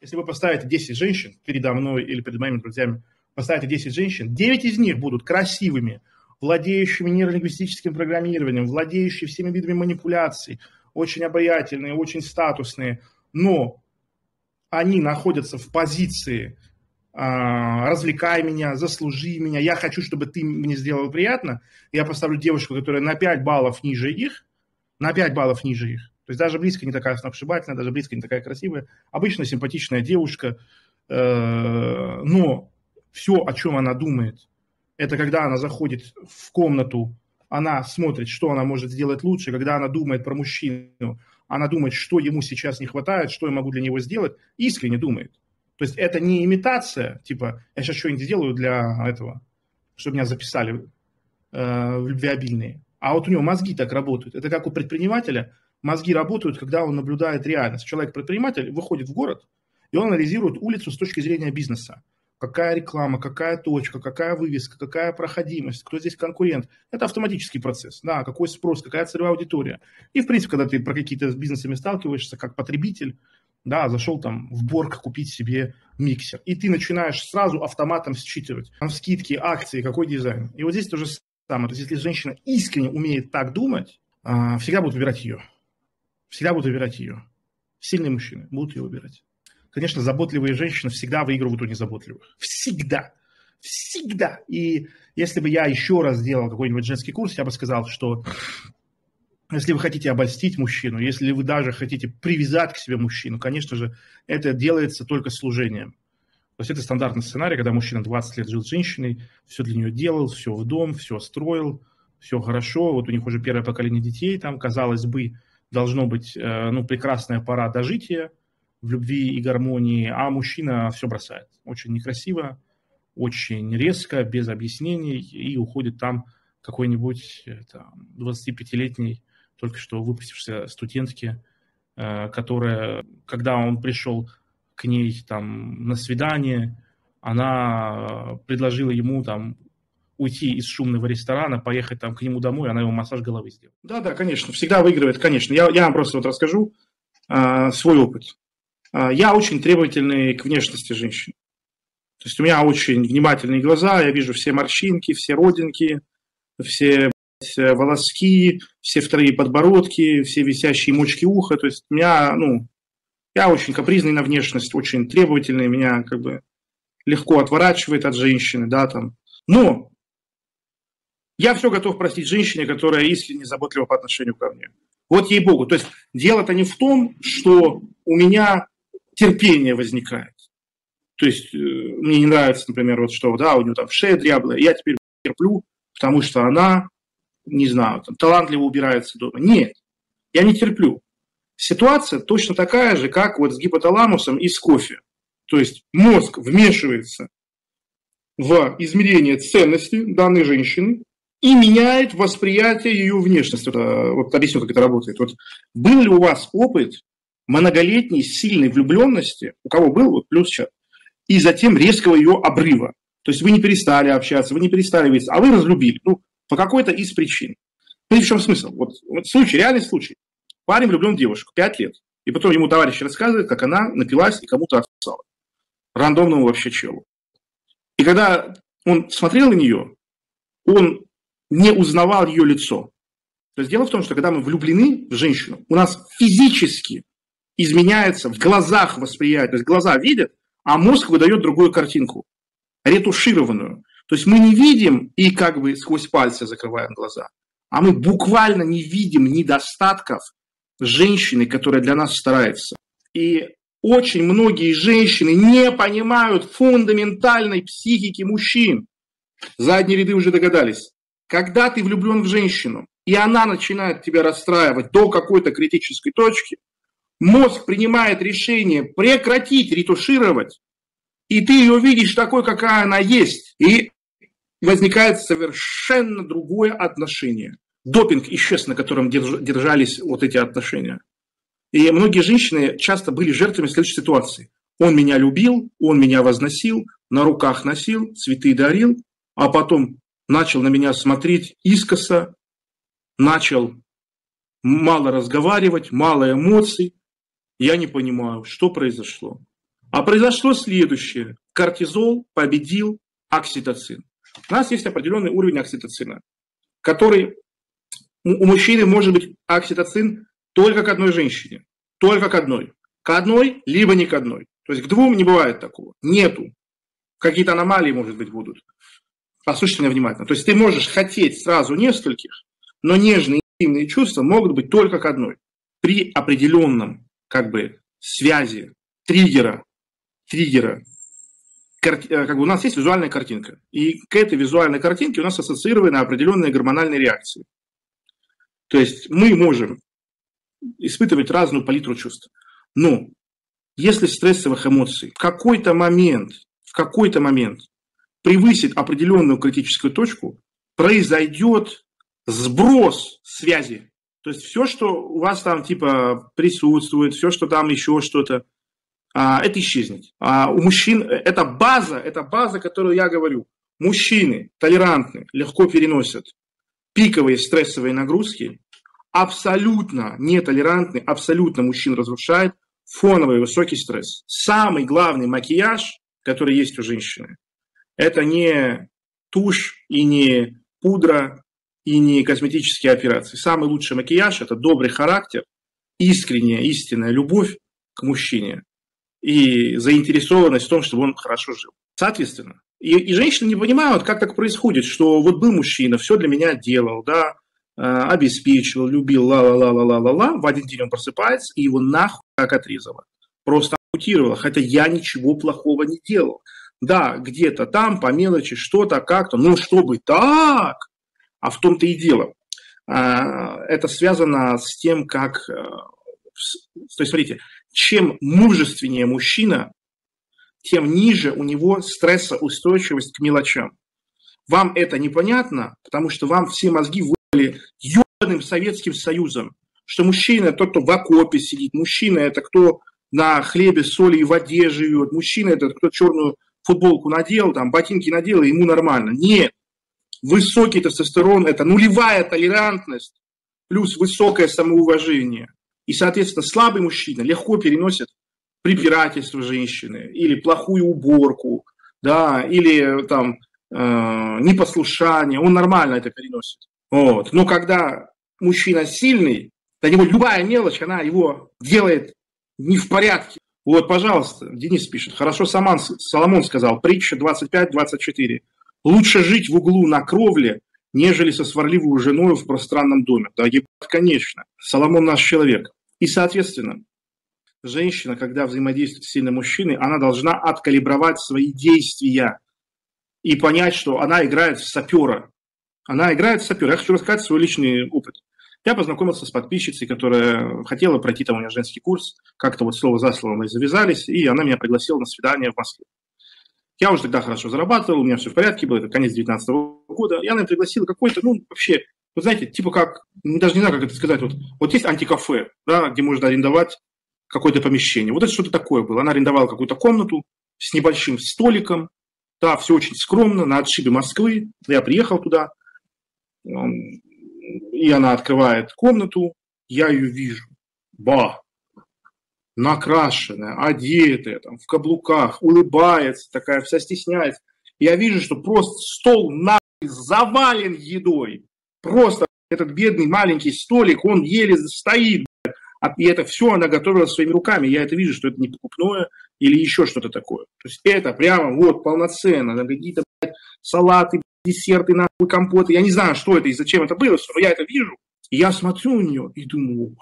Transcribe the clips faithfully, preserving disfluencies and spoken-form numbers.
Если вы поставите десять женщин передо мной или перед моими друзьями, поставите десять женщин, девять из них будут красивыми, владеющими нейролингвистическим программированием, владеющими всеми видами манипуляций, очень обаятельные, очень статусные, но они находятся в позиции «развлекай меня, заслужи меня, я хочу, чтобы ты мне сделал приятно», я поставлю девушку, которая на пять баллов ниже их, на пять баллов ниже их, то есть даже близко не такая сногсшибательная, даже близко не такая красивая, обычно симпатичная девушка, но все, о чем она думает, это когда она заходит в комнату, она смотрит, что она может сделать лучше, когда она думает про мужчину, она думает, что ему сейчас не хватает, что я могу для него сделать, искренне думает. То есть это не имитация, типа, я сейчас что-нибудь сделаю для этого, чтобы меня записали э, в любвеобильные. А вот у него мозги так работают. Это как у предпринимателя, мозги работают, когда он наблюдает реальность. Человек-предприниматель выходит в город, и он анализирует улицу с точки зрения бизнеса. Какая реклама, какая точка, какая вывеска, какая проходимость, кто здесь конкурент. Это автоматический процесс. Да, какой спрос, какая целевая аудитория. И, в принципе, когда ты про какие-то с бизнесами сталкиваешься, как потребитель, да, зашел там в Борг купить себе миксер. И ты начинаешь сразу автоматом считывать. Там скидки, акции, какой дизайн. И вот здесь то же самое. То есть, если женщина искренне умеет так думать, всегда будут выбирать ее. Всегда будут выбирать ее. Сильные мужчины будут ее выбирать. Конечно, заботливые женщины всегда выигрывают у незаботливых. Всегда. Всегда. И если бы я еще раз делал какой-нибудь женский курс, я бы сказал, что если вы хотите обольстить мужчину, если вы даже хотите привязать к себе мужчину, конечно же, это делается только служением. То есть это стандартный сценарий, когда мужчина двадцать лет жил с женщиной, все для нее делал, все в дом, все строил, все хорошо. Вот у них уже первое поколение детей, там, казалось бы, должно быть ну, прекрасная пора дожития в любви и гармонии, а мужчина все бросает. Очень некрасиво, очень резко, без объяснений, и уходит там какой-нибудь там, двадцатипятилетний, только что выпустившейся студентки, которая, когда он пришел к ней там, на свидание, она предложила ему там, уйти из шумного ресторана, поехать там, к нему домой, она ему массаж головы сделала. Да-да, конечно, всегда выигрывает, конечно. Я, я вам просто вот расскажу э, свой опыт. Э, я очень требовательный к внешности женщин. То есть у меня очень внимательные глаза, я вижу все морщинки, все родинки, все волоски, все вторые подбородки, все висящие мочки уха. То есть у меня, ну, я очень капризный на внешность, очень требовательный, меня как бы легко отворачивает от женщины, да, там. Но я все готов простить женщине, которая искренне заботлива по отношению ко мне. Вот ей-богу. То есть дело-то не в том, что у меня терпение возникает. То есть мне не нравится, например, вот что, да, у нее там шея дряблая, я теперь терплю, потому что она, не знаю, там, талантливо убирается дома. Нет, я не терплю. Ситуация точно такая же, как вот с гипоталамусом и с кофе. То есть мозг вмешивается в измерение ценности данной женщины и меняет восприятие ее внешности. Вот объясню, как это работает. Вот был ли у вас опыт многолетней сильной влюбленности, у кого был, вот плюс сейчас, и затем резкого ее обрыва? То есть вы не перестали общаться, вы не перестали видеться, а вы разлюбили. Ну, по какой-то из причин. Ну и в чем смысл? Вот, вот случай, реальный случай. Парень влюблен в девушку, пять лет. И потом ему товарищ рассказывает, как она напилась и кому-то отсосала. Рандомному вообще челу. И когда он смотрел на нее, он не узнавал ее лицо. То есть дело в том, что когда мы влюблены в женщину, у нас физически изменяется в глазах восприятие. То есть глаза видят, а мозг выдает другую картинку, ретушированную. То есть мы не видим и как бы сквозь пальцы закрываем глаза, а мы буквально не видим недостатков женщины, которая для нас старается. И очень многие женщины не понимают фундаментальной психики мужчин. Задние ряды уже догадались. Когда ты влюблен в женщину, и она начинает тебя расстраивать до какой-то критической точки, мозг принимает решение прекратить ретушировать, и ты ее видишь такой, какая она есть. И возникает совершенно другое отношение. Допинг исчез, на котором держались вот эти отношения. И многие женщины часто были жертвами следующей ситуации. Он меня любил, он меня возносил, на руках носил, цветы дарил, а потом начал на меня смотреть искоса, начал мало разговаривать, мало эмоций. Я не понимаю, что произошло. А произошло следующее. Кортизол победил окситоцин. У нас есть определенный уровень окситоцина, который у мужчины может быть окситоцин только к одной женщине. Только к одной. К одной, либо не к одной. То есть к двум не бывает такого. Нету. Какие-то аномалии, может быть, будут. Послушайте меня внимательно. То есть ты можешь хотеть сразу нескольких, но нежные интимные чувства могут быть только к одной. При определенном как бы связи, триггера, триггера. Как бы у нас есть визуальная картинка. И к этой визуальной картинке у нас ассоциированы определенные гормональные реакции. То есть мы можем испытывать разную палитру чувств. Но если стрессовых эмоций в какой-то момент, в какой-то момент превысит определенную критическую точку, произойдет сброс связи. То есть все, что у вас там типа присутствует, все, что там еще что-то, это исчезнет. А у мужчин это база, это база, которую я говорю. Мужчины толерантны, легко переносят пиковые стрессовые нагрузки, абсолютно нетолерантны, абсолютно мужчин разрушает фоновый высокий стресс. Самый главный макияж, который есть у женщины, это не тушь и не пудра и не косметические операции. Самый лучший макияж – это добрый характер, искренняя, истинная любовь к мужчине и заинтересованность в том, чтобы он хорошо жил. Соответственно, и, и женщины не понимают, как так происходит, что вот был мужчина, все для меня делал, да, э, обеспечивал, любил, ла-ла-ла-ла-ла-ла-ла, в один день он просыпается, и его нахуй как отрезало. Просто ампутировало, хотя я ничего плохого не делал. Да, где-то там, по мелочи, что-то, как-то, но чтобы так, а в том-то и дело. Э, это связано с тем, как... Э, то есть, смотрите, чем мужественнее мужчина, тем ниже у него стрессоустойчивость к мелочам. Вам это непонятно, потому что вам все мозги выдали ебаным Советским Союзом, что мужчина – тот, кто в окопе сидит, мужчина – это кто на хлебе, соли и воде живет, мужчина – это кто черную футболку надел, там, ботинки надел, и ему нормально. Нет. Высокий тестостерон – это нулевая толерантность плюс высокое самоуважение. И, соответственно, слабый мужчина легко переносит препирательство женщины, или плохую уборку, да, или там э, непослушание, он нормально это переносит. Вот. Но когда мужчина сильный, для него любая мелочь, она его делает не в порядке. Вот, пожалуйста, Денис пишет, хорошо Саман, Соломон сказал, притча двадцать пять двадцать четыре. Лучше жить в углу на кровле, нежели со сварливой женой в пространном доме. Да, конечно, Соломон наш человек. И, соответственно, женщина, когда взаимодействует с сильным мужчиной, она должна откалибровать свои действия и понять, что она играет в сапера. Она играет в сапера. Я хочу рассказать свой личный опыт. Я познакомился с подписчицей, которая хотела пройти там у меня женский курс. Как-то вот слово за слово мы завязались, и она меня пригласила на свидание в Москве. Я уже тогда хорошо зарабатывал, у меня все в порядке было, это конец две тысячи девятнадцатого года. И она меня пригласила какой-то, ну, вообще, вы знаете, типа как, даже не знаю, как это сказать, вот, вот есть антикафе, да, где можно арендовать какое-то помещение. Вот это что-то такое было. Она арендовала какую-то комнату с небольшим столиком, да, все очень скромно, на отшибе Москвы. Я приехал туда, и она открывает комнату, я ее вижу. Ба! Накрашенная, одетая, там, в каблуках, улыбается, такая вся стесняется. Я вижу, что просто стол нахуй завален едой. Просто этот бедный маленький столик, он еле стоит. И это все она готовила своими руками. Я это вижу, что это не покупное или еще что-то такое. То есть это прямо вот полноценно. Какие-то блядь, салаты, десерты, нахуй, компоты. Я не знаю, что это и зачем это было, но я это вижу. И я смотрю на нее и думаю,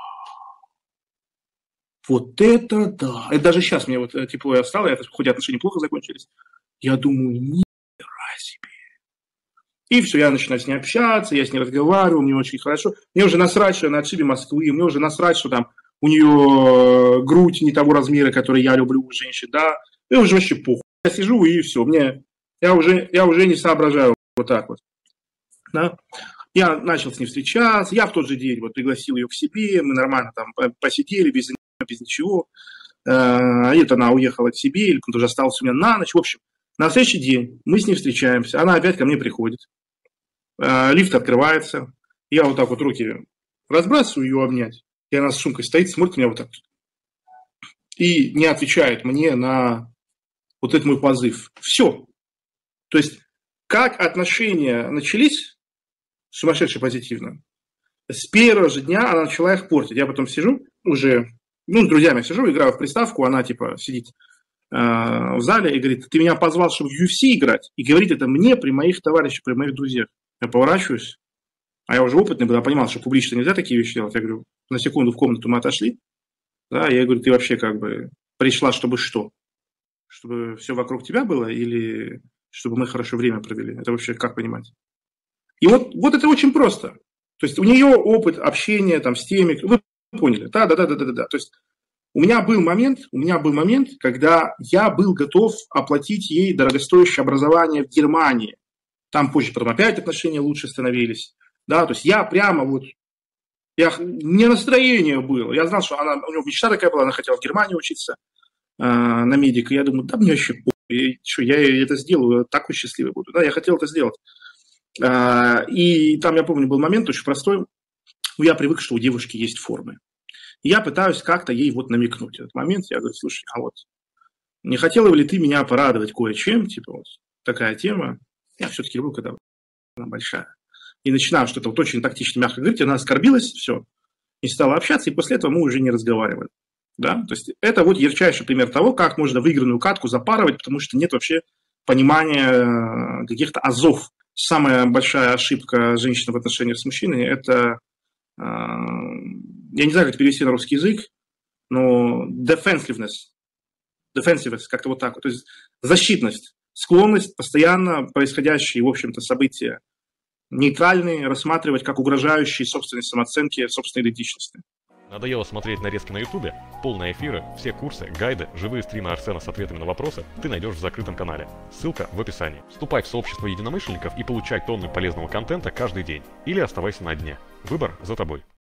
вот это да. Это даже сейчас мне вот тепло стало, это, хоть отношения плохо закончились. Я думаю, ни хера себе. И все, я начинаю с ней общаться, я с ней разговариваю, мне очень хорошо. Мне уже насрать, что я на отшибе Москвы, мне уже насрать, что там у нее грудь не того размера, который я люблю у женщин, да. Мне уже вообще похуй. Я сижу и все, мне, я, уже, я уже не соображаю вот так вот. Да? Я начал с ней встречаться, я в тот же день вот пригласил ее к себе, мы нормально там посидели, без, без ничего. Это она уехала к себе, или кто-то уже остался у меня на ночь. В общем, на следующий день мы с ней встречаемся, она опять ко мне приходит. Лифт открывается, я вот так вот руки разбрасываю ее обнять, и она с сумкой стоит, смотрит на меня вот так. и не отвечает мне на вот этот мой позыв. Все. То есть, как отношения начались, сумасшедше позитивно, с первого же дня она начала их портить. Я потом сижу уже, ну, с друзьями сижу, играю в приставку, она, типа, сидит э, в зале и говорит, ты меня позвал, чтобы в ю эф си играть, и говорит это мне при моих товарищах, при моих друзьях. Я поворачиваюсь, а я уже опытный был, я понимал, что публично нельзя такие вещи делать. Я говорю, на секунду в комнату мы отошли, да, я говорю, ты вообще как бы пришла, чтобы что? Чтобы все вокруг тебя было или чтобы мы хорошо время провели? Это вообще как понимать? И вот, вот это очень просто. То есть у нее опыт общения там, с теми, вы поняли, да, да, да, да, да, да. То есть у меня был момент, у меня был момент, когда я был готов оплатить ей дорогостоящее образование в Германии. Там позже потом опять отношения лучше становились. Да, то есть я прямо вот, я, не настроение было. Я знал, что она, у нее мечта такая была, она хотела в Германии учиться э, на медика. Я думаю, да мне вообще похуй, что я это сделаю, я такой счастливый буду. Да, я хотел это сделать. Э, и там, я помню, был момент очень простой. Я привык, что у девушки есть формы. Я пытаюсь как-то ей вот намекнуть. Этот момент, я говорю, слушай, а вот не хотела бы ли ты меня порадовать кое-чем, типа вот такая тема. Я все-таки люблю, когда она большая. И начинаю что-то вот очень тактично, мягко говорить, она оскорбилась, все, не стала общаться, и после этого мы уже не разговаривали. Да? То есть это вот ярчайший пример того, как можно выигранную катку запарывать, потому что нет вообще понимания каких-то азов. Самая большая ошибка женщины в отношениях с мужчиной – это, я не знаю, как это перевести на русский язык, но defensiveness, defensiveness, как-то вот так вот, то есть защитность, склонность постоянно происходящие, в общем-то, события нейтральные рассматривать как угрожающие собственной самооценке, собственной идентичности. Надоело смотреть нарезки на ютубе? Полные эфиры, все курсы, гайды, живые стримы Арсена с ответами на вопросы ты найдешь в закрытом канале. Ссылка в описании. Вступай в сообщество единомышленников и получай тонны полезного контента каждый день. Или оставайся на дне. Выбор за тобой.